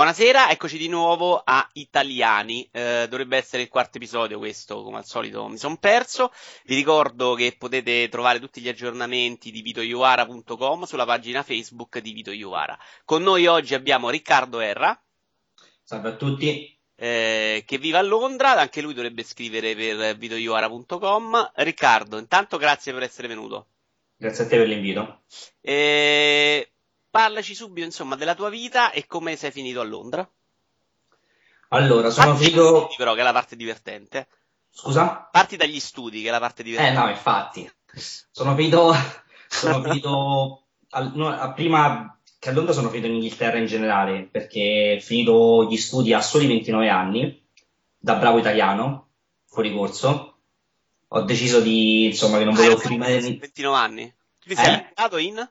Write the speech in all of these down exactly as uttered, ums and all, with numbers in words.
Buonasera, eccoci di nuovo a Italiani. Eh, dovrebbe essere il quarto episodio questo, come al solito mi son perso. Vi ricordo che potete trovare tutti gli aggiornamenti di vitoiuvara punto com sulla pagina Facebook di Vito Iuvara. Con noi oggi abbiamo Riccardo Erra. Salve a tutti. Eh, che vive a Londra, anche lui dovrebbe scrivere per vitoiuvara punto com. Riccardo, intanto grazie per essere venuto. Grazie a te per l'invito. Eh, parlaci subito, insomma, della tua vita e come sei finito a Londra. Allora, sono Parti dagli finito... studi, però, che è la parte divertente. Scusa? Parti dagli studi, che è la parte Eh divertente. no, infatti. Sono finito... Sono finito... al- no, a- prima che a Londra sono finito in Inghilterra in generale, perché ho finito gli studi a soli ventinove anni, da bravo italiano, fuori corso. Ho deciso di, insomma, che non Ah, volevo ero più fuori rimanere... corso a in- ventinove anni. Tu ti sei Eh? laureato in?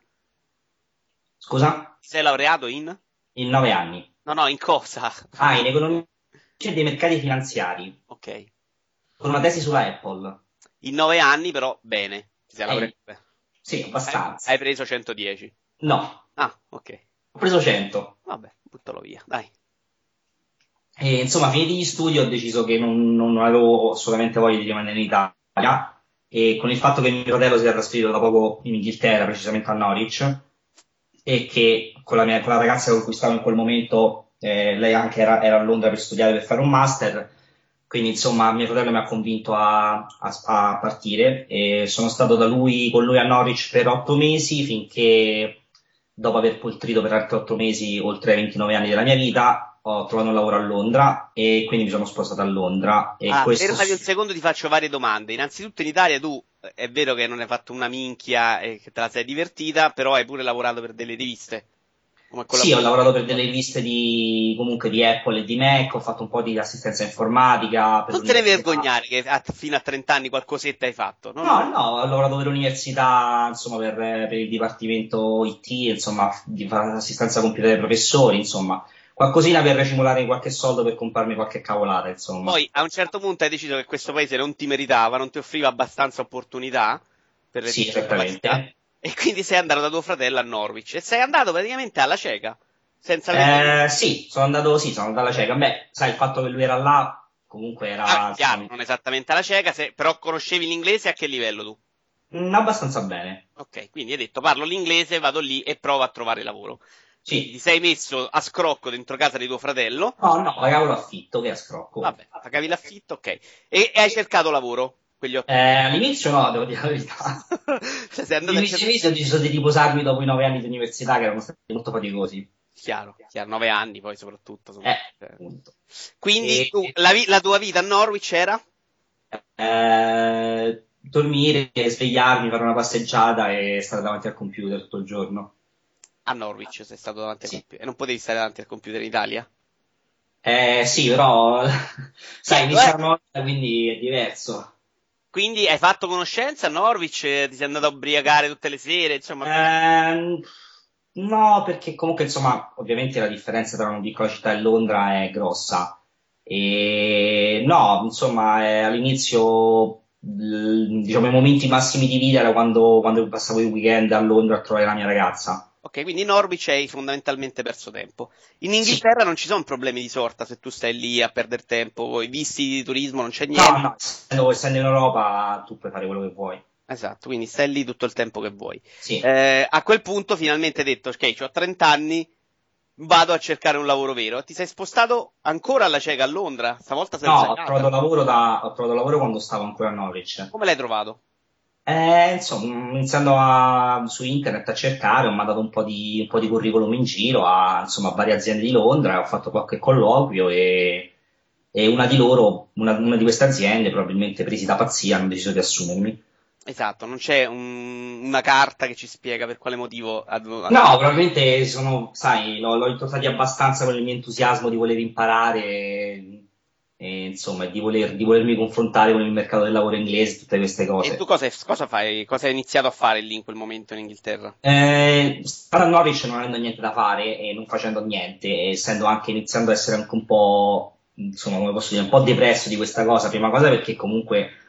Scusa? Ti sei laureato in? In nove anni. No, no, in cosa? Ah, in economia dei mercati finanziari, Ok. con una tesi sulla Apple. In nove anni, però, bene. Ti sei Eh, laureato bene. sì, Hai, abbastanza. hai preso centodieci. No, Ah, ok. ho preso cento. Vabbè, buttalo via, dai. E, insomma, finiti gli studi ho deciso che non, non avevo assolutamente voglia di rimanere in Italia, e con il fatto che mio fratello si era trasferito da poco in Inghilterra, precisamente a Norwich, e che con la, mia, con la ragazza con cui stavo in quel momento, eh, lei anche era, era a Londra per studiare, per fare un master, quindi insomma mio fratello mi ha convinto a, a- a partire, e sono stato da lui, con lui a Norwich per otto mesi, finché dopo aver poltrito per altri otto mesi, oltre ai ventinove anni della mia vita, ho trovato un lavoro a Londra e quindi mi sono spostato a Londra, e Ah, questo... fermati un secondo, ti faccio varie domande. Innanzitutto in Italia tu, eh, è vero che non hai fatto una minchia e che te la sei divertita, però hai pure lavorato per delle riviste, come Sì, ho collaboratore. lavorato per delle riviste di, comunque di Apple e di Mac, ho fatto un po' di assistenza informatica per Non te ne l'università. vergognare che a- fino a trenta anni qualcosetta hai fatto, non... No, no, ho lavorato per l'università, insomma, per, per il dipartimento I T, insomma, di fare assistenza computer ai professori, insomma, qualcosina per racimolare qualche soldo per comprarmi qualche cavolata, insomma. Poi a un certo punto hai deciso che questo paese non ti meritava, non ti offriva abbastanza opportunità per le Sì, tue capacità, esattamente. e quindi sei andato da tuo fratello a Norwich e sei andato praticamente alla cieca, senza avere... Eh, sì, sono andato, sì, sono andato alla cieca. Beh, sai, il fatto che lui era là, comunque Ah, era, chiaro, insomma, non esattamente alla cieca, se- però conoscevi l'inglese, a che livello tu? mm, abbastanza bene. Ok, quindi hai detto parlo l'inglese, vado lì e provo a trovare lavoro. Quindi ti Sì. sei messo a scrocco dentro casa di tuo fratello, No, no, pagavo l'affitto, che a scrocco. vabbè, pagavi l'affitto, ok, e, e hai cercato lavoro quegli otto Eh, mesi. all'inizio no, devo dire la verità. Cioè sei Gli andato a inizi cercare... mesi ho deciso di riposarmi dopo i nove anni di università, che erano stati molto faticosi. Chiaro, chiaro, nove anni poi soprattutto. Insomma. Eh, Eh. appunto. Quindi E, tu, la, vi- la tua vita a Norwich era? eh, dormire, svegliarmi, fare una passeggiata e stare davanti al computer tutto il giorno. A Norwich sei stato davanti al Sì. computer e non potevi stare davanti al computer in Italia? Eh, sì, però, sai, Chiedo, eh? inizia a Norwich, quindi è diverso. Quindi hai fatto conoscenza a Norwich, eh, ti sei andato a ubriacare tutte le sere, insomma, così. Ehm, no, perché comunque, insomma, ovviamente la differenza tra una piccola città e Londra è grossa. E no, insomma, eh, all'inizio, l- diciamo, i momenti massimi di vita era quando, quando passavo i weekend a Londra a trovare la mia ragazza. Ok, quindi in Norwich hai fondamentalmente perso tempo. In Sì, Inghilterra non ci sono problemi di sorta se tu stai lì a perdere tempo, i visti di turismo non c'è no, niente. no, essendo, essendo in Europa tu puoi fare quello che vuoi. Esatto, quindi stai lì tutto il tempo che vuoi. Sì. Eh, a quel punto finalmente hai detto, ok, ho trenta anni, vado a cercare un lavoro vero. Ti sei spostato ancora alla cieca a Londra, stavolta No, senza ho trovato casa. lavoro da, ho trovato lavoro quando stavo ancora a Norwich. Come l'hai trovato? Eh, insomma, iniziando a- su internet a cercare, ho mandato un po' di, un po' di curriculum in giro a, insomma, a varie aziende di Londra, ho fatto qualche colloquio, e, e una di loro, una, una di queste aziende, probabilmente presi da pazzia, hanno deciso di assumermi. Esatto, non c'è un- una carta che ci spiega per quale motivo. ad- No, probabilmente sono, sai, l'ho, l'ho incontrati abbastanza con il mio entusiasmo di voler imparare, e, e, insomma, di voler, di volermi confrontare con il mercato del lavoro inglese, tutte queste E tu cose. cosa, cosa fai? Cosa hai iniziato a fare lì in quel momento in Inghilterra? Eh, stare a Norwich non avendo niente da fare e non facendo niente, e essendo anche iniziando a essere anche un po', insomma, come posso dire, un po' depresso di questa cosa. Prima cosa perché comunque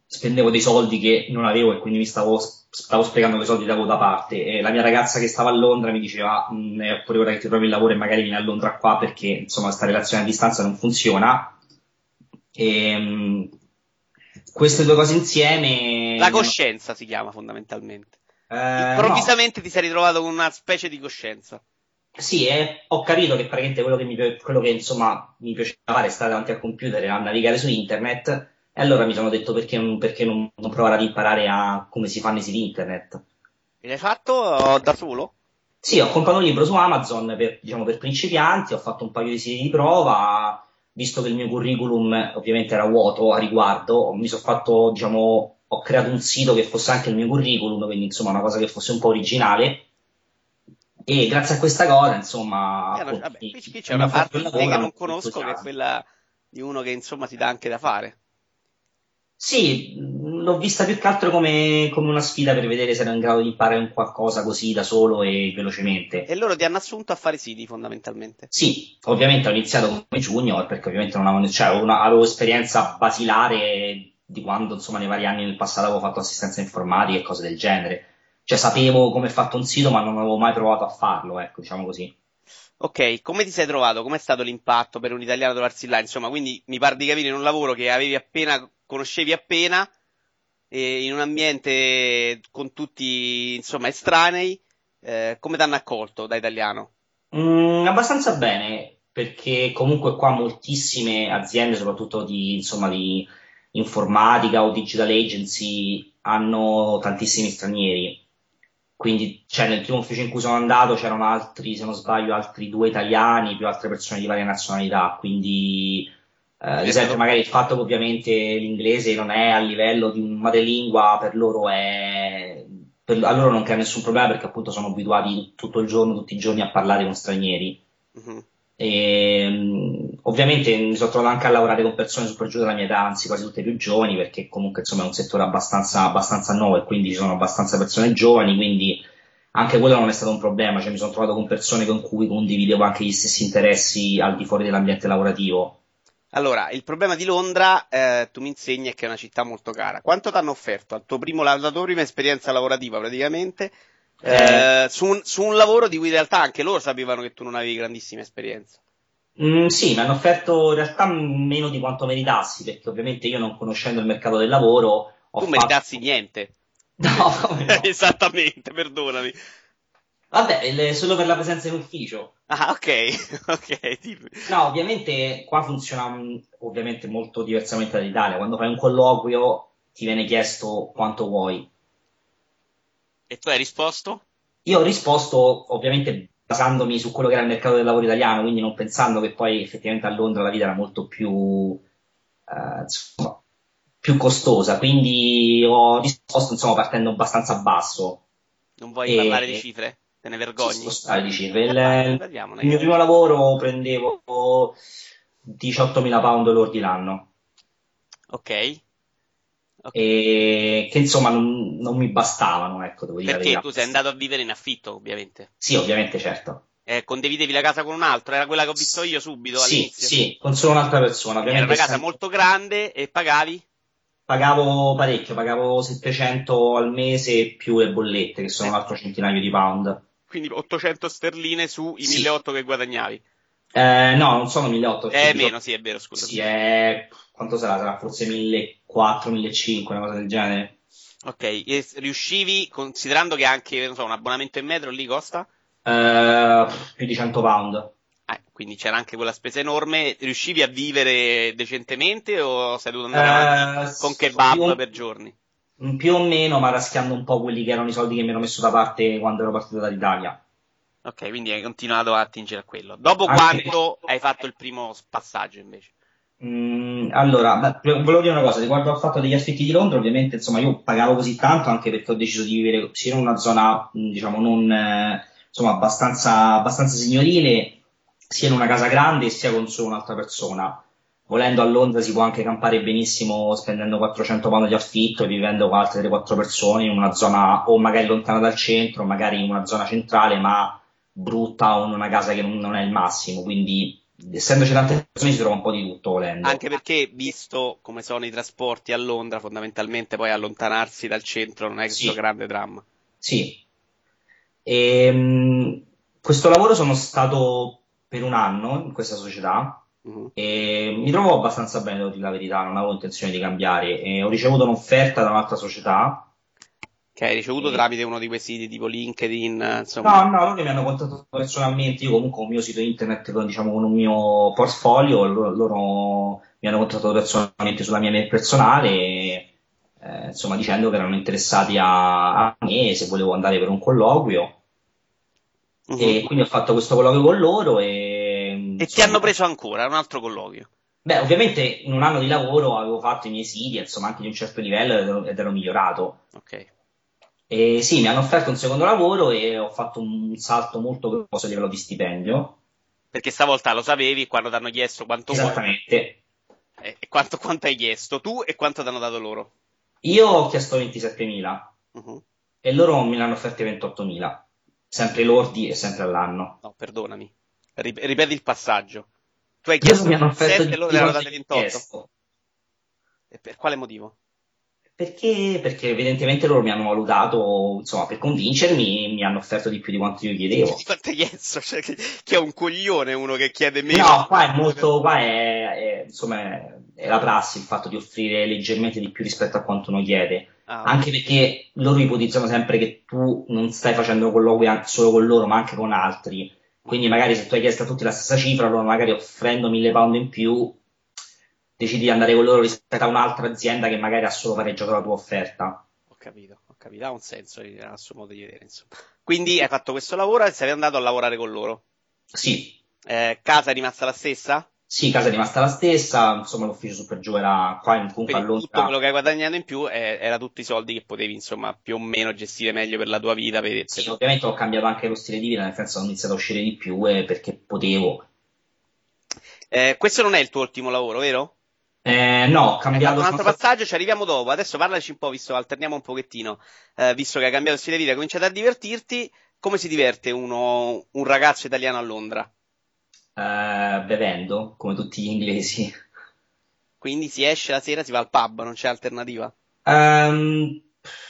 spendevo dei soldi che non avevo e quindi mi stavo, stavo sprecando quei soldi che avevo da parte. E la mia ragazza che stava a Londra mi diceva, "Mm, è pure ora che ti trovi il lavoro e magari vieni a Londra qua perché insomma questa relazione a distanza non funziona." E, mh, queste due cose insieme La mi hanno... coscienza si chiama fondamentalmente. Eh, no, Improvvisamente ti sei ritrovato con una specie di coscienza. sì, eh, ho capito che praticamente quello che, mi, pi- quello che insomma mi piaceva fare è stare davanti al computer e a navigare su internet, e allora mi sono detto perché non, perché non, non provare ad imparare a come si fanno i siti internet. E l'hai fatto da solo? Sì, ho comprato un libro su Amazon per, diciamo, per principianti, ho fatto un paio di siti di prova, visto che il mio curriculum ovviamente era vuoto a riguardo, mi sono fatto, diciamo, ho creato un sito che fosse anche il mio curriculum, quindi insomma una cosa che fosse un po' originale, e grazie a questa cosa, insomma, Eh, no, appunto, vabbè, mi, qui, qui c'è mi una ha fatto parte il di te lavoro, che hanno non fatto conosco, che è entusiasmo. quella di uno che insomma si dà anche da fare. Sì, mh, l'ho vista più che altro come, come una sfida per vedere se ero in grado di imparare un qualcosa così da solo e velocemente. E loro ti hanno assunto a fare siti fondamentalmente. Sì, ovviamente ho iniziato come junior perché ovviamente non avevo, cioè, avevo una- avevo esperienza basilare di quando, insomma, nei vari anni nel passato avevo fatto assistenza informatica e cose del genere. Cioè, sapevo come è fatto un sito, ma non avevo mai provato a farlo, ecco, diciamo così. Ok, come ti sei trovato? Com'è stato l'impatto per un italiano trovarsi là? Insomma, quindi mi pare di capire in un lavoro che avevi appena, conoscevi appena, e in un ambiente con tutti, insomma, estranei, eh, come ti hanno accolto da italiano? Mm, abbastanza bene, perché comunque qua moltissime aziende, soprattutto di, insomma, di informatica o digital agency, hanno tantissimi stranieri. Quindi, cioè, nel primo ufficio in cui sono andato c'erano altri, se non sbaglio, altri due italiani più altre persone di varie nazionalità. Quindi, eh, ad Quindi è esempio, stato... magari il fatto che ovviamente l'inglese non è a livello di un madrelingua, per loro è, per- a loro non crea nessun problema perché appunto sono abituati tutto il giorno, tutti i giorni a parlare con stranieri. Mhm. E, mh, ovviamente mi sono trovato anche a lavorare con persone super giù della mia età, anzi quasi tutte più giovani, perché comunque insomma è un settore abbastanza, abbastanza nuovo e quindi ci sono abbastanza persone giovani, quindi anche quello non è stato un problema, cioè mi sono trovato con persone con cui condividevo anche gli stessi interessi al di fuori dell'ambiente lavorativo. Allora, il problema di Londra, eh, tu mi insegni, è che è una città molto cara. Quanto ti hanno offerto al tuo primo, la, la tua prima esperienza lavorativa praticamente, Eh, eh, su un, su un lavoro di cui in realtà anche loro sapevano che tu non avevi grandissima esperienza? Mm, sì, mi hanno offerto in realtà meno di quanto meritassi, perché ovviamente io non conoscendo il mercato del lavoro ho Tu meritassi fatto... niente. Per- No, come no? Esattamente, perdonami. Vabbè, il- solo per la presenza in ufficio. Ah, ok, ok, dimmi. No, ovviamente qua funziona mm, ovviamente molto diversamente dall'Italia. Quando fai un colloquio ti viene chiesto quanto vuoi. E tu hai risposto? Io ho risposto ovviamente basandomi su quello che era il mercato del lavoro italiano, quindi non pensando che poi effettivamente a Londra la vita era molto più, eh, insomma, più costosa. Quindi ho risposto insomma partendo abbastanza basso. Non vuoi parlare di E cifre? Te ne sì, si può vergogni? stare di cifre. E vai, Il, parliamone, il mio io... primo lavoro prendevo diciottomila pound lordi l'anno. Ok, ok. E che insomma non, non mi bastavano, ecco, devo dire la Perché verità. tu sei andato a vivere in affitto, ovviamente. Sì, ovviamente, certo. Eh, condividevi la casa con un altro, era quella che ho visto io subito Sì, all'inizio. sì, con solo un'altra persona, Quindi era ovviamente una casa essendo... molto grande e pagavi Pagavo parecchio, pagavo settecento al mese più le bollette, che sono eh, un altro centinaio di pound. quindi ottocento sterline sui Sì, milleottocento che guadagnavi. eh, no, non sono milleottocento, perché Eh, diciamo, meno, sì, è vero, scusami. sì, è... quanto sarà? Sarà forse millequattrocento, millecinquecento, una cosa del genere. Ok, e s- riuscivi, considerando che anche, non so, un abbonamento in metro lì costa? Eh, più di cento pound. Eh, quindi c'era anche quella spesa enorme, riuscivi a vivere decentemente o sei dovuto andare avanti Eh, con s- più, kebab per giorni? più o meno, ma raschiando un po' quelli che erano i soldi che mi ero messo da parte quando ero partito dall'Italia. Ok, quindi hai continuato a attingere a quello. Dopo Anche quanto hai fatto il primo passaggio invece? Mm, allora, beh, volevo dire una cosa, riguardo al fatto degli affitti di Londra, ovviamente, insomma, io pagavo così tanto anche perché ho deciso di vivere sia in una zona, mm, diciamo, non, eh, insomma, abbastanza, abbastanza signorile, sia in una casa grande, sia con solo un'altra persona. Volendo a Londra si può anche campare benissimo spendendo quattrocento pound di affitto e vivendo con altre tre quattro persone in una zona o magari lontana dal centro, magari in una zona centrale, ma brutta o in una casa che non, non è il massimo. Quindi essendoci tante persone si trova un po' di tutto volendo. Anche perché, visto come sono i trasporti a Londra, fondamentalmente poi allontanarsi dal centro non è questo Sì, grande dramma. sì. E, mh, questo lavoro sono stato per un anno in questa società Mhm. e mi trovo abbastanza bene, devo dire la verità, non avevo intenzione di cambiare. E ho ricevuto un'offerta da un'altra società. Che hai ricevuto E- tramite uno di quei siti tipo LinkedIn, eh, insomma. No, no, loro mi hanno contattato personalmente, io comunque ho un mio sito internet con, diciamo, con un mio portfolio, loro, loro mi hanno contattato personalmente sulla mia mail personale, e, eh, insomma, dicendo che erano interessati a, a me se volevo andare per un colloquio. Mhm. E quindi ho fatto questo colloquio con loro e E ti hanno insomma, preso ancora, un altro colloquio. beh, ovviamente in un anno di lavoro avevo fatto i miei siti, insomma, anche di un certo livello ed ero, ed ero migliorato. Ok. E sì, mi hanno offerto un secondo lavoro e ho fatto un salto molto grosso a livello di stipendio. Perché stavolta lo sapevi quando ti hanno chiesto quanto vuoi Esattamente. e e quanto, quanto hai chiesto tu e quanto ti hanno dato loro. Io ho chiesto ventisettemila Mhm. e loro me ne hanno offerti ventottomila, sempre lordi e sempre all'anno. No, perdonami. Rip- ripeti il passaggio. Tu hai Loro chiesto mi hanno offerto ventisette e di loro più ne di hanno quanto date gli ho ventotto? chiesto. E per quale motivo? Perché? Perché evidentemente loro mi hanno valutato, insomma, per convincermi, mi hanno offerto di più di quanto io Più di chiedevo. quanto hai chiesto? Cioè, che, che è un coglione uno che chiede meno. No, qua è molto, qua è, è, insomma, è, è la prassi il fatto di offrire leggermente di più rispetto a quanto uno chiede. Ah, ok. Anche perché loro ipotizzano sempre che tu non stai facendo colloqui an- solo con loro, ma anche con altri. Quindi Mhm. magari se tu hai chiesto a tutti la stessa cifra, loro magari offrendo mille pound in più, decidi di andare con loro rispetto a un'altra azienda che magari ha solo pareggiato la tua offerta. Ho capito, ho capito. Ha un senso eh, a suo modo di vedere, insomma. Quindi hai fatto questo lavoro e sei andato a lavorare con loro. Sì, Eh, casa è rimasta la stessa? sì, casa è rimasta la stessa, insomma l'ufficio super giù era qua in- comunque a Quindi tutto Londra. quello che hai guadagnato in più è- era tutti i soldi che potevi, insomma, più o meno gestire meglio per la tua vita. Per, Sì, per- ovviamente ho cambiato anche lo stile di vita, nel senso ho iniziato a uscire di più eh, perché potevo. Eh, questo non è il tuo ultimo lavoro, vero? Eh, no, ho Hai fatto cambiato, un sono altro stato... passaggio, ci arriviamo dopo. Adesso parlaci un po', visto che alterniamo un pochettino. Eh, visto che hai cambiato stile di vita, hai cominciato a divertirti. Come si diverte uno, un ragazzo italiano a Londra? eh, bevendo, come tutti gli inglesi. Quindi si esce la sera, si va al pub, non c'è alternativa. Ehm,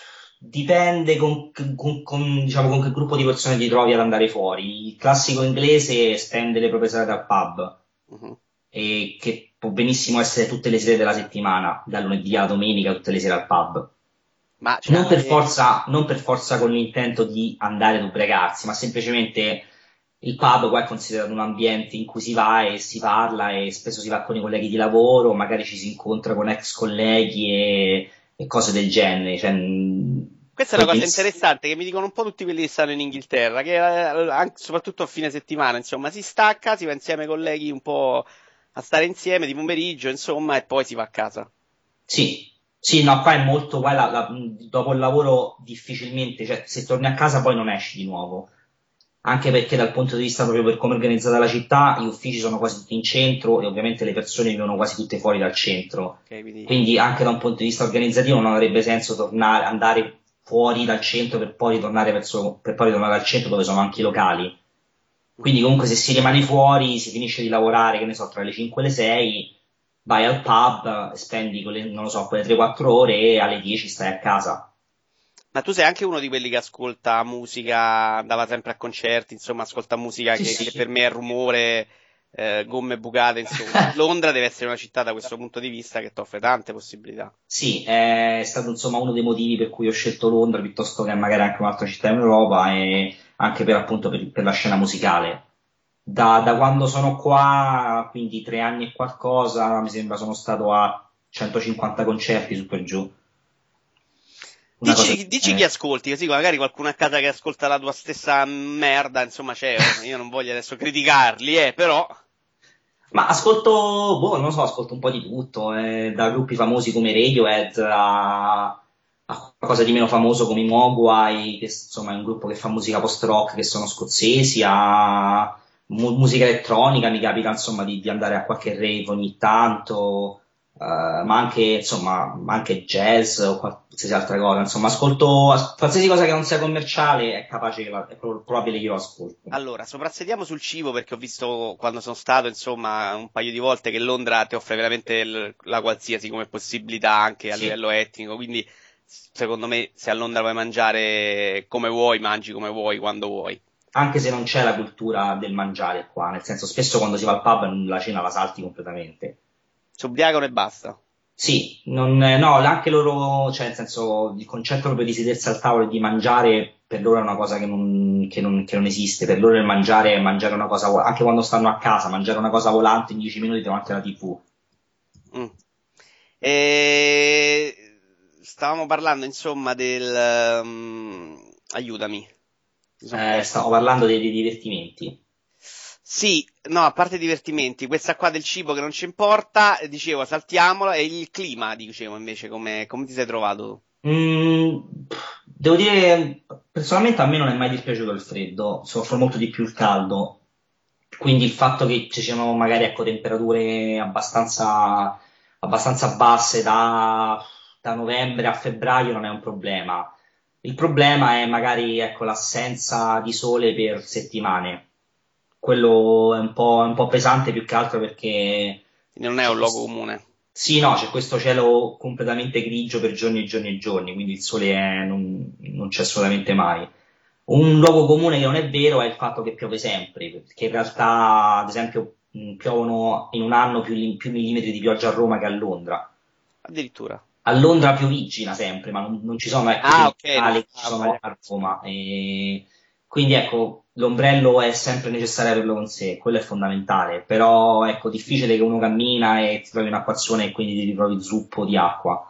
dipende con, con- con, diciamo, con che gruppo di persone ti trovi ad andare fuori. Il classico inglese spende le proprie serate al pub, Mhm. e che può benissimo essere tutte le sere della settimana, da lunedì alla domenica, tutte le sere al pub. Ma c'è Non per anche. forza, non per forza con l'intento di andare ad ubriacarsi, ma semplicemente il pub qua è considerato un ambiente in cui si va e si parla e spesso si va con i colleghi di lavoro, magari ci si incontra con ex colleghi e, e cose del genere. Cioè, mh, Questa è poi una cosa benissimo. interessante che mi dicono un po' tutti quelli che stanno in Inghilterra, che eh, anche- soprattutto a fine settimana, insomma, si stacca, si va insieme ai colleghi un po' a stare insieme di pomeriggio, insomma, e poi si va a casa. Sì, sì, no, qua è molto, qua la- la- dopo il lavoro difficilmente, cioè se torni a casa poi non esci di nuovo. Anche perché dal punto di vista proprio per come è organizzata la città, gli uffici sono quasi tutti in centro e ovviamente le persone vivono quasi tutte fuori dal centro. Ok, quindi. Quindi anche da un punto di vista organizzativo non avrebbe senso tornare, andare fuori dal centro per poi ritornare verso, per poi ritornare al centro dove sono anche i locali. Quindi Mhm. comunque se si rimane fuori, si finisce di lavorare, che ne so, tra le cinque e le sei, vai al pub, spendi quelle, non lo so, quelle tre quattro ore e alle dieci stai a casa. Ma tu sei anche uno di quelli che ascolta musica, andava sempre a concerti, insomma, ascolta musica Sì, che, che sì. per me è rumore, eh, gomme bucate, insomma. Londra deve essere una città da questo punto di vista che ti offre tante possibilità. Sì, è stato insomma uno dei motivi per cui ho scelto Londra piuttosto che magari anche un'altra città in Europa e anche per appunto per, per la scena musicale. Da, da quando sono qua, quindi tre anni e qualcosa, mi sembra sono stato a centocinquanta concerti su per giù, una cosa del Dici, dici chi genere. ascolti, così magari qualcuno a casa che ascolta la tua stessa merda, insomma c'è, oh, io non voglio adesso criticarli, eh, però. Ma ascolto, boh, non lo so, ascolto un po' di tutto, eh, da gruppi famosi come Radiohead a, a qualcosa di meno famoso come i Mogwai, che insomma è un gruppo che fa musica post-rock, che sono scozzesi, a mu- musica elettronica, mi capita insomma di, di andare a qualche rave ogni tanto, Uh, ma anche insomma ma anche jazz o qualsiasi altra cosa, insomma ascolto qualsiasi cosa che non sia commerciale, è capace che la, è pro- probabile che io ascolto. Allora, soprassediamo sul cibo perché ho visto quando sono stato, insomma, un paio di volte che Londra ti offre veramente il- la qualsiasi come possibilità anche a Sì, livello etnico, quindi secondo me se a Londra vuoi mangiare come vuoi, mangi come vuoi, quando vuoi. anche se non c'è la cultura del mangiare qua, nel senso spesso quando si va al pub la cena la salti completamente. Si ubriacano e basta. Sì, non, no, anche loro, cioè nel senso il concetto proprio di sedersi al tavolo e di mangiare per loro è una cosa che non, che non- che non esiste, per loro il mangiare è mangiare una cosa, vo- anche quando stanno a casa, mangiare una cosa volante in dieci minuti davanti alla T V. Mm. E... Stavamo parlando, insomma, del... mm, aiutami, mi sono Eh, perso. stavo parlando dei, dei divertimenti. Sì, no, a parte i divertimenti, questa qua del cibo che non ci importa, eh, dicevo, saltiamola, e il clima, dicevo, invece, come, come ti sei trovato? Mm, devo dire, personalmente a me non è mai dispiaciuto il freddo, soffro molto di più il caldo, quindi il fatto che ci siano magari ecco, temperature abbastanza, abbastanza basse da, da novembre a febbraio non è un problema. Il problema è magari ecco, l'assenza di sole per settimane. Quello è un po', è un po' pesante più che altro perché Quindi non è c'è un luogo questo... comune. Sì, no, c'è questo cielo completamente grigio per giorni e giorni e giorni, quindi il sole è- non, non c'è assolutamente mai. Un luogo comune che non è vero è il fatto che piove sempre, perché in realtà, ad esempio, mh, piovono in un anno più, li- più millimetri di pioggia a Roma che a Londra. Addirittura. A Londra piovigina sempre, ma non, non ci sono ecco, i Ah, ok, non temporali che ci ah, sono vai. a Roma. E quindi ecco, l'ombrello è sempre necessario averlo con sé, quello è fondamentale. Però ecco, difficile che uno cammina e ti trovi un acquazzone e quindi ti ritrovi zuppo di acqua.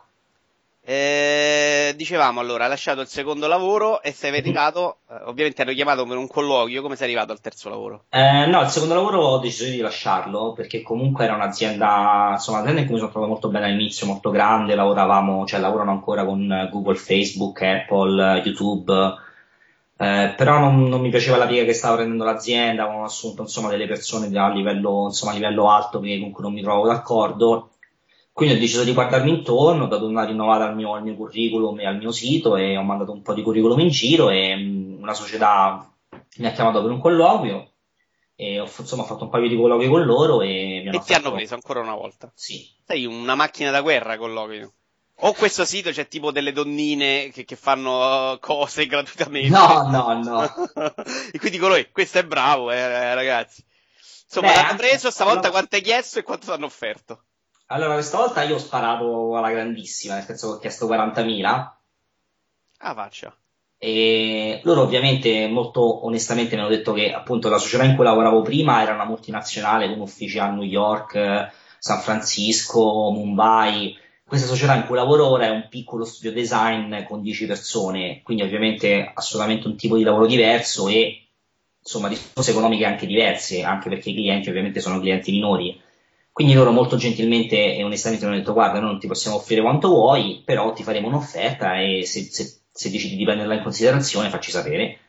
Eh, dicevamo allora, hai lasciato il secondo lavoro e sei Mhm. arrivato, eh, ovviamente hanno chiamato per un colloquio, come sei arrivato al terzo lavoro? Eh, no, il secondo lavoro ho deciso di lasciarlo perché comunque era un'azienda, insomma, un'azienda in cui mi sono trovato molto bene all'inizio, molto grande, lavoravamo, cioè lavorano ancora con eh, Google, Facebook, Apple, eh, YouTube, eh, però non, non mi piaceva la piega che stava prendendo l'azienda, avevano assunto insomma delle persone a livello, insomma, a livello alto che con cui non mi trovavo d'accordo, quindi ho deciso di guardarmi intorno, ho dato una rinnovata al mio, al mio curriculum e al mio sito e ho mandato un po' di curriculum in giro e mh, una società mi ha chiamato per un colloquio e ho, f- insomma, ho fatto un paio di colloqui con loro e mi hanno E ti hanno offerto, preso ancora una volta. sì. Sei una macchina da guerra, colloquio. O questo sito c'è tipo delle donnine che, che fanno uh, cose gratuitamente. No, no, no. E quindi dicono, "Eh, questo è bravo, eh, ragazzi. Insomma, Beh, l'hanno anche, preso, stavolta allora, quanto hai chiesto e quanto ti hanno offerto? allora, questa volta io ho sparato alla grandissima, nel senso che ho chiesto quarantamila. Ah, faccia. E loro ovviamente molto onestamente mi hanno detto che appunto la società in cui lavoravo prima era una multinazionale con uffici a New York, eh, San Francisco, Mumbai. Questa società in cui lavoro ora è un piccolo studio design con dieci persone, quindi ovviamente assolutamente un tipo di lavoro diverso e insomma risorse economiche anche diverse, anche perché i clienti ovviamente sono clienti minori. Quindi loro molto gentilmente e onestamente mi hanno detto guarda, noi non ti possiamo offrire quanto vuoi, però ti faremo un'offerta e se, se- se decidi di prenderla in considerazione facci sapere.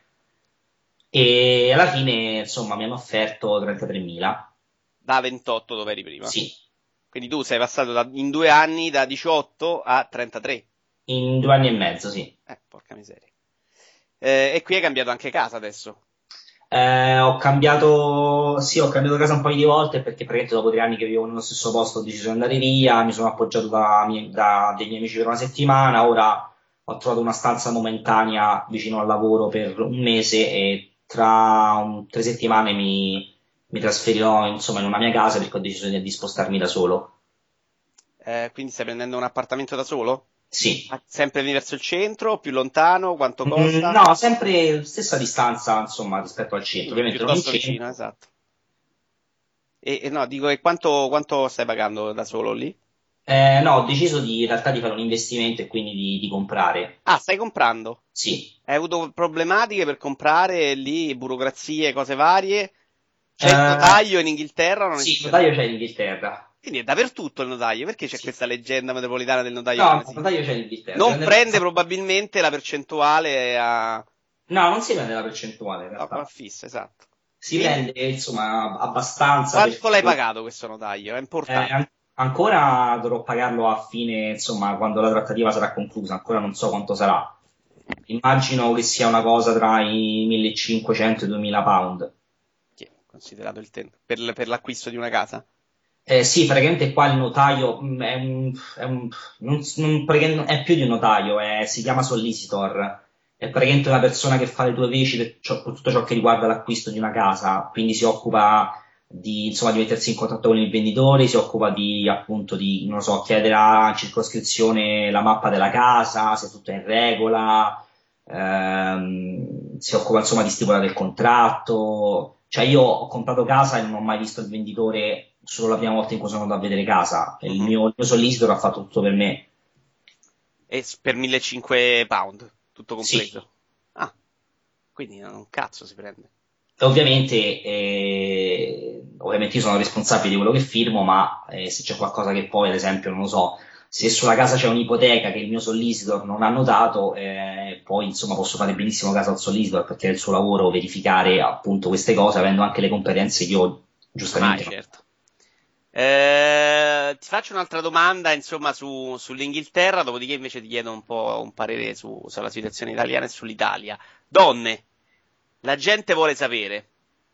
E alla fine, insomma, mi hanno offerto trentatremila. Da ventotto dove eri prima. Sì, Quindi tu sei passato da- in due anni da diciotto a trentatré. in due anni e mezzo, sì. Eh, porca miseria. Eh, e qui hai cambiato anche casa adesso. Eh, ho cambiato, sì, ho cambiato casa un paio di volte perché praticamente dopo tre anni che vivo nello stesso posto ho deciso di andare via, mi sono appoggiato da, mie- da dei miei amici per una settimana, ora ho trovato una stanza momentanea vicino al lavoro per un mese e tra un- tre settimane mi, mi trasferirò insomma in una mia casa perché ho deciso di, di spostarmi da solo. Eh, quindi stai prendendo un appartamento da solo? Sì. Ah, sempre verso il centro, più lontano, quanto Mm, costa? no, sempre stessa distanza insomma rispetto al centro, Quindi ovviamente non in piuttosto vicino, centro. esatto. E, e no, dico, e quanto, quanto stai pagando da solo lì? Eh, no, ho deciso di, in realtà di fare un investimento e quindi di di comprare. Ah, stai comprando? Sì. Hai avuto problematiche per comprare lì, burocrazie, cose varie? C'è il Eh, notaio in Inghilterra o non sì, il esiste? notaio c'è in Inghilterra. Quindi è dappertutto il notaio, perché c'è Sì. questa leggenda metropolitana del notaio No, che non no, il esiste? notaio c'è in Inghilterra. Non Dipende da prende cosa- probabilmente la percentuale a, a, No, non si prende la percentuale in a realtà. fissa, esatto. Si E prende, insomma, abbastanza quanto perché l'hai pagato questo notaio? È eh, an- importante. Ancora dovrò pagarlo a fine, insomma, quando la trattativa sarà conclusa, ancora non so quanto sarà. Immagino che sia una cosa tra i millecinquecento e i duemila pound. Che è considerato il tempo per, per l'acquisto di una casa? Eh, sì, praticamente qua il notaio mh, è, un, è, un- non- non- praticamente è più di un notaio, è- si chiama solicitor, è praticamente una persona che fa le tue veci per, ciò- per tutto ciò che riguarda l'acquisto di una casa, quindi si occupa di, insomma, di mettersi in contatto con il venditore, si occupa di, appunto, di, non lo so, chiedere a circoscrizione la mappa della casa, se tutto è in regola, ehm, si occupa insomma di stipulare il contratto. Cioè io ho comprato casa e non ho mai visto il venditore solo la prima volta in cui sono andato a vedere casa. E il Mhm. mio, il mio solicitor ha fatto tutto per me. E s- per millecinquecento pound, tutto Sì, compreso. Ah, quindi non un cazzo si prende. e ovviamente, eh, ovviamente io sono responsabile di quello che firmo, ma eh, se c'è qualcosa che poi, ad esempio, non lo so, se sulla casa c'è un'ipoteca che il mio solicitor non ha notato, eh, poi insomma posso fare benissimo caso al solicitor perché è il suo lavoro verificare appunto queste cose, avendo anche le competenze che io Ah, giustamente non ho. certo. Eh, ti faccio un'altra domanda, insomma, su, sull'Inghilterra, dopodiché invece ti chiedo un po' un parere su, sulla situazione italiana e sull'Italia. Donne, la gente vuole sapere.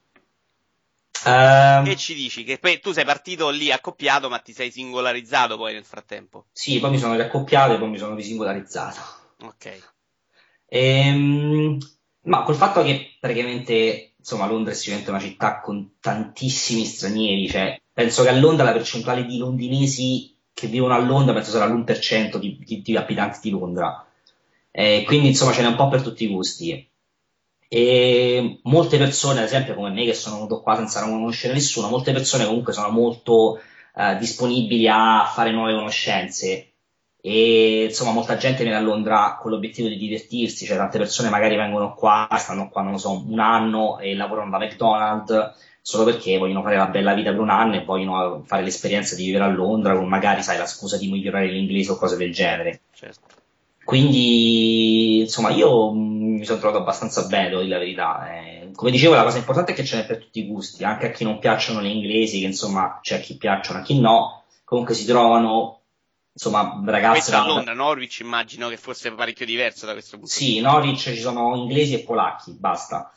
Che Ehm, ci dici? Che poi tu sei partito lì accoppiato, ma ti sei singolarizzato poi nel frattempo. sì, poi mi sono riaccoppiato e poi mi sono risingolarizzato. Ok. Ehm, ma col fatto che praticamente, insomma, Londra è sicuramente una città con tantissimi stranieri, cioè, penso che a Londra la percentuale di londinesi che vivono a Londra penso sarà l'uno per cento di, di- di abitanti di Londra. Eh, quindi, insomma, ce n'è un po' per tutti i gusti. E molte persone, ad esempio, come me, che sono venuto qua senza non conoscere nessuno, molte persone comunque sono molto eh, disponibili a fare nuove conoscenze. E insomma, molta gente viene a Londra con l'obiettivo di divertirsi, cioè tante persone magari vengono qua, stanno qua, non lo so, un anno e lavorano da McDonald's solo perché vogliono fare la bella vita per un anno e vogliono fare l'esperienza di vivere a Londra con magari, sai, la scusa di migliorare l'inglese o cose del genere. Certo. Quindi, insomma, io mh, mi sono trovato abbastanza bene, devo dire la verità. Eh, come dicevo, la cosa importante è che ce n'è per tutti i gusti, anche a chi non piacciono le inglesi, che insomma c'è a chi piacciono, a chi no. Comunque si trovano, insomma, ragazze Questo a da... da- Londra, Norwich immagino che fosse parecchio diverso da questo punto di Sì, in vista. Norwich ci sono inglesi e polacchi, basta.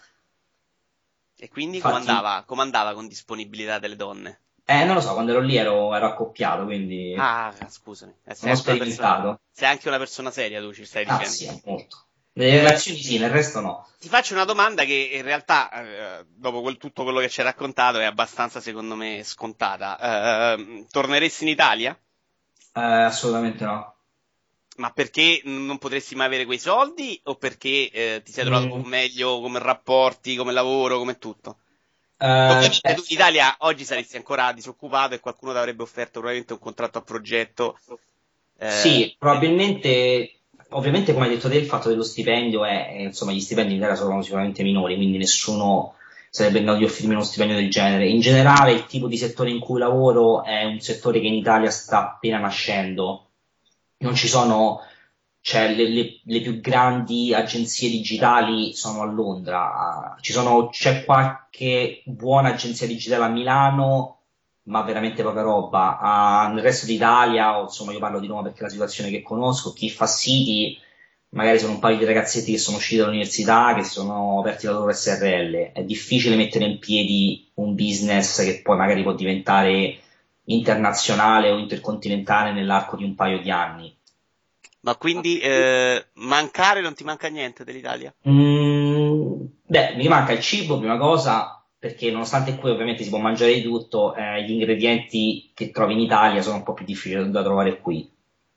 E quindi Infatti, comandava, comandava con disponibilità delle donne. eh, non lo so, quando ero lì ero, ero accoppiato, quindi Ah, scusami. Eh, sei non ho anche una persona, sperimentato. sei anche una persona seria, tu ci stai Ah, dicendo. sì, molto. Nelle Eh, relazioni sì, nel resto no. ti faccio una domanda che in realtà, eh, dopo quel- tutto quello che ci hai raccontato, è abbastanza, secondo me, scontata. Eh, torneresti in Italia? Eh, assolutamente no. Ma perché non potresti mai avere quei soldi o perché eh, ti sei trovato Mm, meglio come rapporti, come lavoro, come tutto? eh, Ovviamente tu beh, in Italia oggi saresti ancora disoccupato e qualcuno ti avrebbe offerto probabilmente un contratto a progetto. Eh, sì, probabilmente, ovviamente come hai detto te, il fatto dello stipendio è, è, insomma, gli stipendi in Italia sono sicuramente minori, quindi nessuno sarebbe in grado di offrirmi uno stipendio del genere. In generale, il tipo di settore in cui lavoro è un settore che in Italia sta appena nascendo. Non ci sono, cioè, le, le- le più grandi agenzie digitali sono a Londra. Ci sono, c'è qualche buona agenzia digitale a Milano, ma veramente poca roba. Ah, nel resto d'Italia, o insomma io parlo di Roma perché è la situazione che conosco, chi fa siti magari sono un paio di ragazzetti che sono usciti dall'università, che sono aperti la loro S R L. È difficile mettere in piedi un business che poi magari può diventare internazionale o intercontinentale nell'arco di un paio di anni. ma quindi eh, mancare non ti manca niente dell'Italia? Mm, beh, mi manca il cibo, prima cosa, perché nonostante qui ovviamente si può mangiare di tutto, eh, gli ingredienti che trovi in Italia sono un po' più difficili da trovare qui.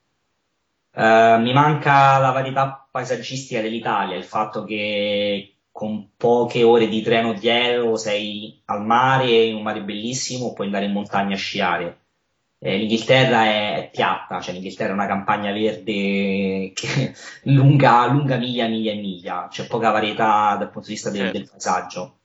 Eh, mi manca la varietà paesaggistica dell'Italia, il fatto che con poche ore di treno o di aereo sei al mare, in un mare bellissimo, puoi andare in montagna a sciare. Eh, L'Inghilterra è, è piatta, cioè l'Inghilterra è una campagna verde che lunga, lunga miglia, miglia e miglia, c'è poca varietà dal punto di vista del, del Certo. paesaggio.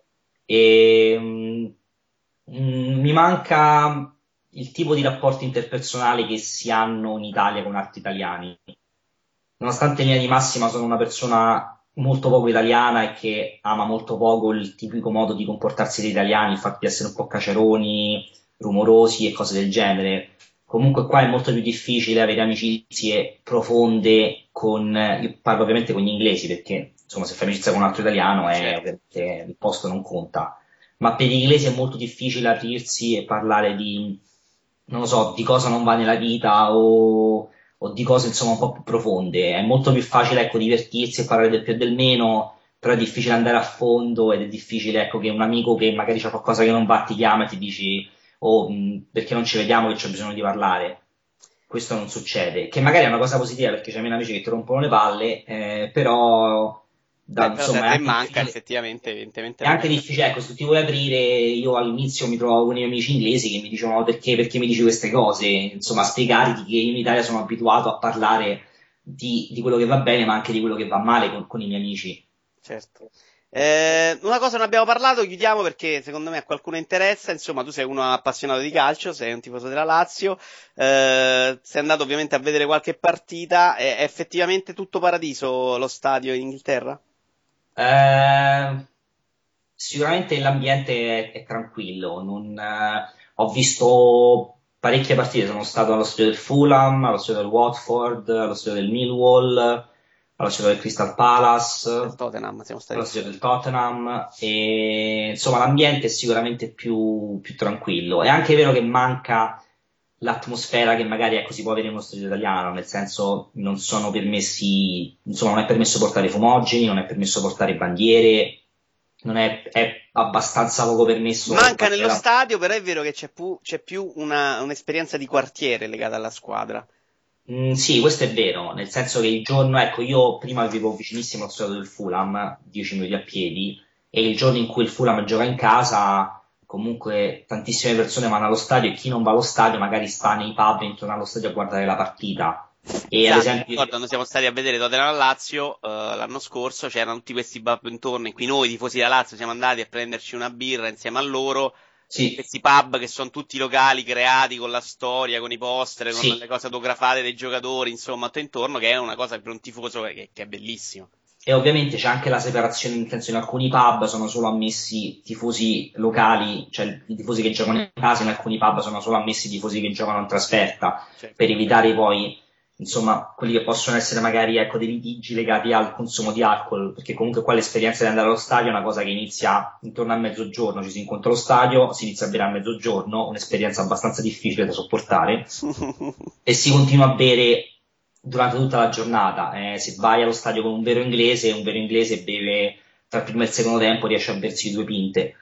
E, mm, mm, mi manca il tipo di rapporti interpersonali che si hanno in Italia con altri italiani. Nonostante in linea di massima sono una persona molto poco italiana e che ama molto poco il tipico modo di comportarsi degli italiani, il fatto di essere un po' caceroni, rumorosi e cose del genere. Comunque qua è molto più difficile avere amicizie profonde con, io parlo ovviamente con gli inglesi perché insomma se fai amicizia con un altro italiano è, Certo. ovviamente il posto non conta, ma per gli inglesi è molto difficile aprirsi e parlare di, non lo so, di cosa non va nella vita o, o di cose insomma un po' più profonde. È molto più facile ecco divertirsi e parlare del più e del meno, però è difficile andare a fondo ed è difficile ecco che un amico che magari c'ha qualcosa che non va ti chiama e ti dici o mh, perché non ci vediamo che c'è bisogno di parlare. Questo non succede, che magari è una cosa positiva perché c'è meno amici che ti rompono le palle, eh, però da, Beh, però se a insomma è te anche manca difficile, effettivamente, evidentemente è non anche è. difficile, ecco, se ti vuoi aprire, io all'inizio mi trovavo con i miei amici inglesi che mi dicevano perché, perché mi dici queste cose, insomma, spiegargli che io in Italia sono abituato a parlare di, di quello che va bene, ma anche di quello che va male con, con i miei amici. Certo. Eh, una cosa non abbiamo parlato, chiudiamo perché secondo me a qualcuno interessa. Insomma, tu sei uno appassionato di calcio, sei un tifoso della Lazio, eh, sei andato ovviamente a vedere qualche partita. È, è effettivamente tutto paradiso lo stadio in Inghilterra? Eh, Sicuramente l'ambiente è, è tranquillo, non, eh, ho visto parecchie partite, sono stato allo stadio del Fulham, allo stadio del Watford, allo stadio del Millwall, allo stadio del Crystal Del Palace, Tottenham, siamo stati allo tutti. stadio del Tottenham e insomma l'ambiente è sicuramente più, più tranquillo. È anche vero che manca l'atmosfera che magari ecco, si può avere in uno stadio italiano, nel senso non sono permessi, insomma non è permesso portare fumogeni, non è permesso portare bandiere, non è, è abbastanza poco permesso Manca nello partire stadio, però è vero che c'è più, c'è più una- un'esperienza di quartiere legata alla squadra. Mm, sì, questo è vero, nel senso che il giorno, ecco, io prima vivevo vicinissimo allo stadio del Fulham, dieci minuti a piedi, e il giorno in cui il Fulham gioca in casa, comunque tantissime persone vanno allo stadio e chi non va allo stadio magari sta nei pub intorno allo stadio a guardare la partita. E ad Esatto, mi esempio, ricordo quando siamo stati a vedere Tottenham Lazio eh, l'anno scorso, c'erano tutti questi pub intorno in cui noi tifosi della Lazio siamo andati a prenderci una birra insieme a loro, sì, questi pub che sono tutti locali creati con la storia, con i poster, con sì, le cose autografate dei giocatori, insomma, tutto intorno, che è una cosa per un tifoso che, che è bellissima. e ovviamente c'è anche la separazione, nel senso in alcuni pub sono solo ammessi tifosi locali, cioè i tifosi che giocano in casa, in alcuni pub sono solo ammessi i tifosi che giocano in trasferta, Cioè, per evitare poi, insomma, quelli che possono essere magari ecco, dei litigi legati al consumo di alcol, perché comunque qua l'esperienza di andare allo stadio è una cosa che inizia intorno a mezzogiorno, ci si incontra allo stadio, si inizia a bere a mezzogiorno, un'esperienza abbastanza difficile da sopportare, e si continua a bere durante tutta la giornata. Eh, se vai allo stadio con un vero inglese, un vero inglese beve tra il primo e il secondo tempo, riesce a bersi due pinte.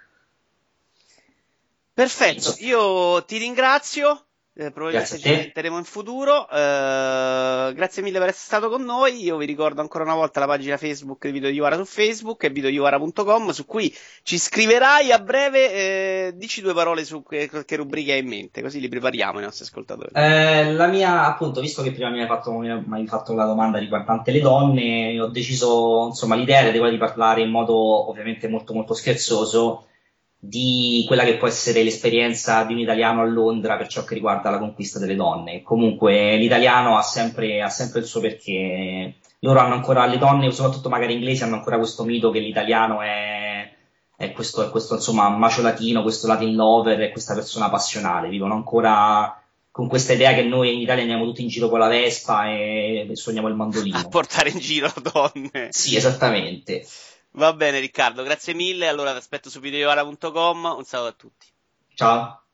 Perfetto, Insomma, io ti ringrazio, eh, grazie probabilmente a ci te. risentiremo in futuro. Eh, grazie mille per essere stato con noi. Io vi ricordo ancora una volta la pagina Facebook di Vito Iuvara su Facebook e vitoiuvara punto com su cui ci scriverai a breve. Eh, dici due parole su che, che rubriche hai in mente, così li prepariamo i nostri ascoltatori. Eh, la mia, appunto, visto che prima mi hai fatto, mi hai fatto la domanda riguardante le donne, ho deciso, insomma, l'idea era quella di parlare in modo ovviamente molto molto scherzoso di quella che può essere l'esperienza di un italiano a Londra per ciò che riguarda la conquista delle donne. Comunque l'italiano ha sempre, ha sempre il suo perché. Loro hanno ancora, le donne, soprattutto magari inglesi, hanno ancora questo mito che l'italiano è, è questo, è questo insomma macio latino, questo Latin lover, è questa persona passionale. Vivono ancora con questa idea che noi in Italia andiamo tutti in giro con la Vespa e, e suoniamo il A mandolino. portare in giro donne. Sì, esattamente. Va bene, Riccardo, grazie mille. Allora ti aspetto su vitoiuvara punto com. Un saluto a tutti. Ciao.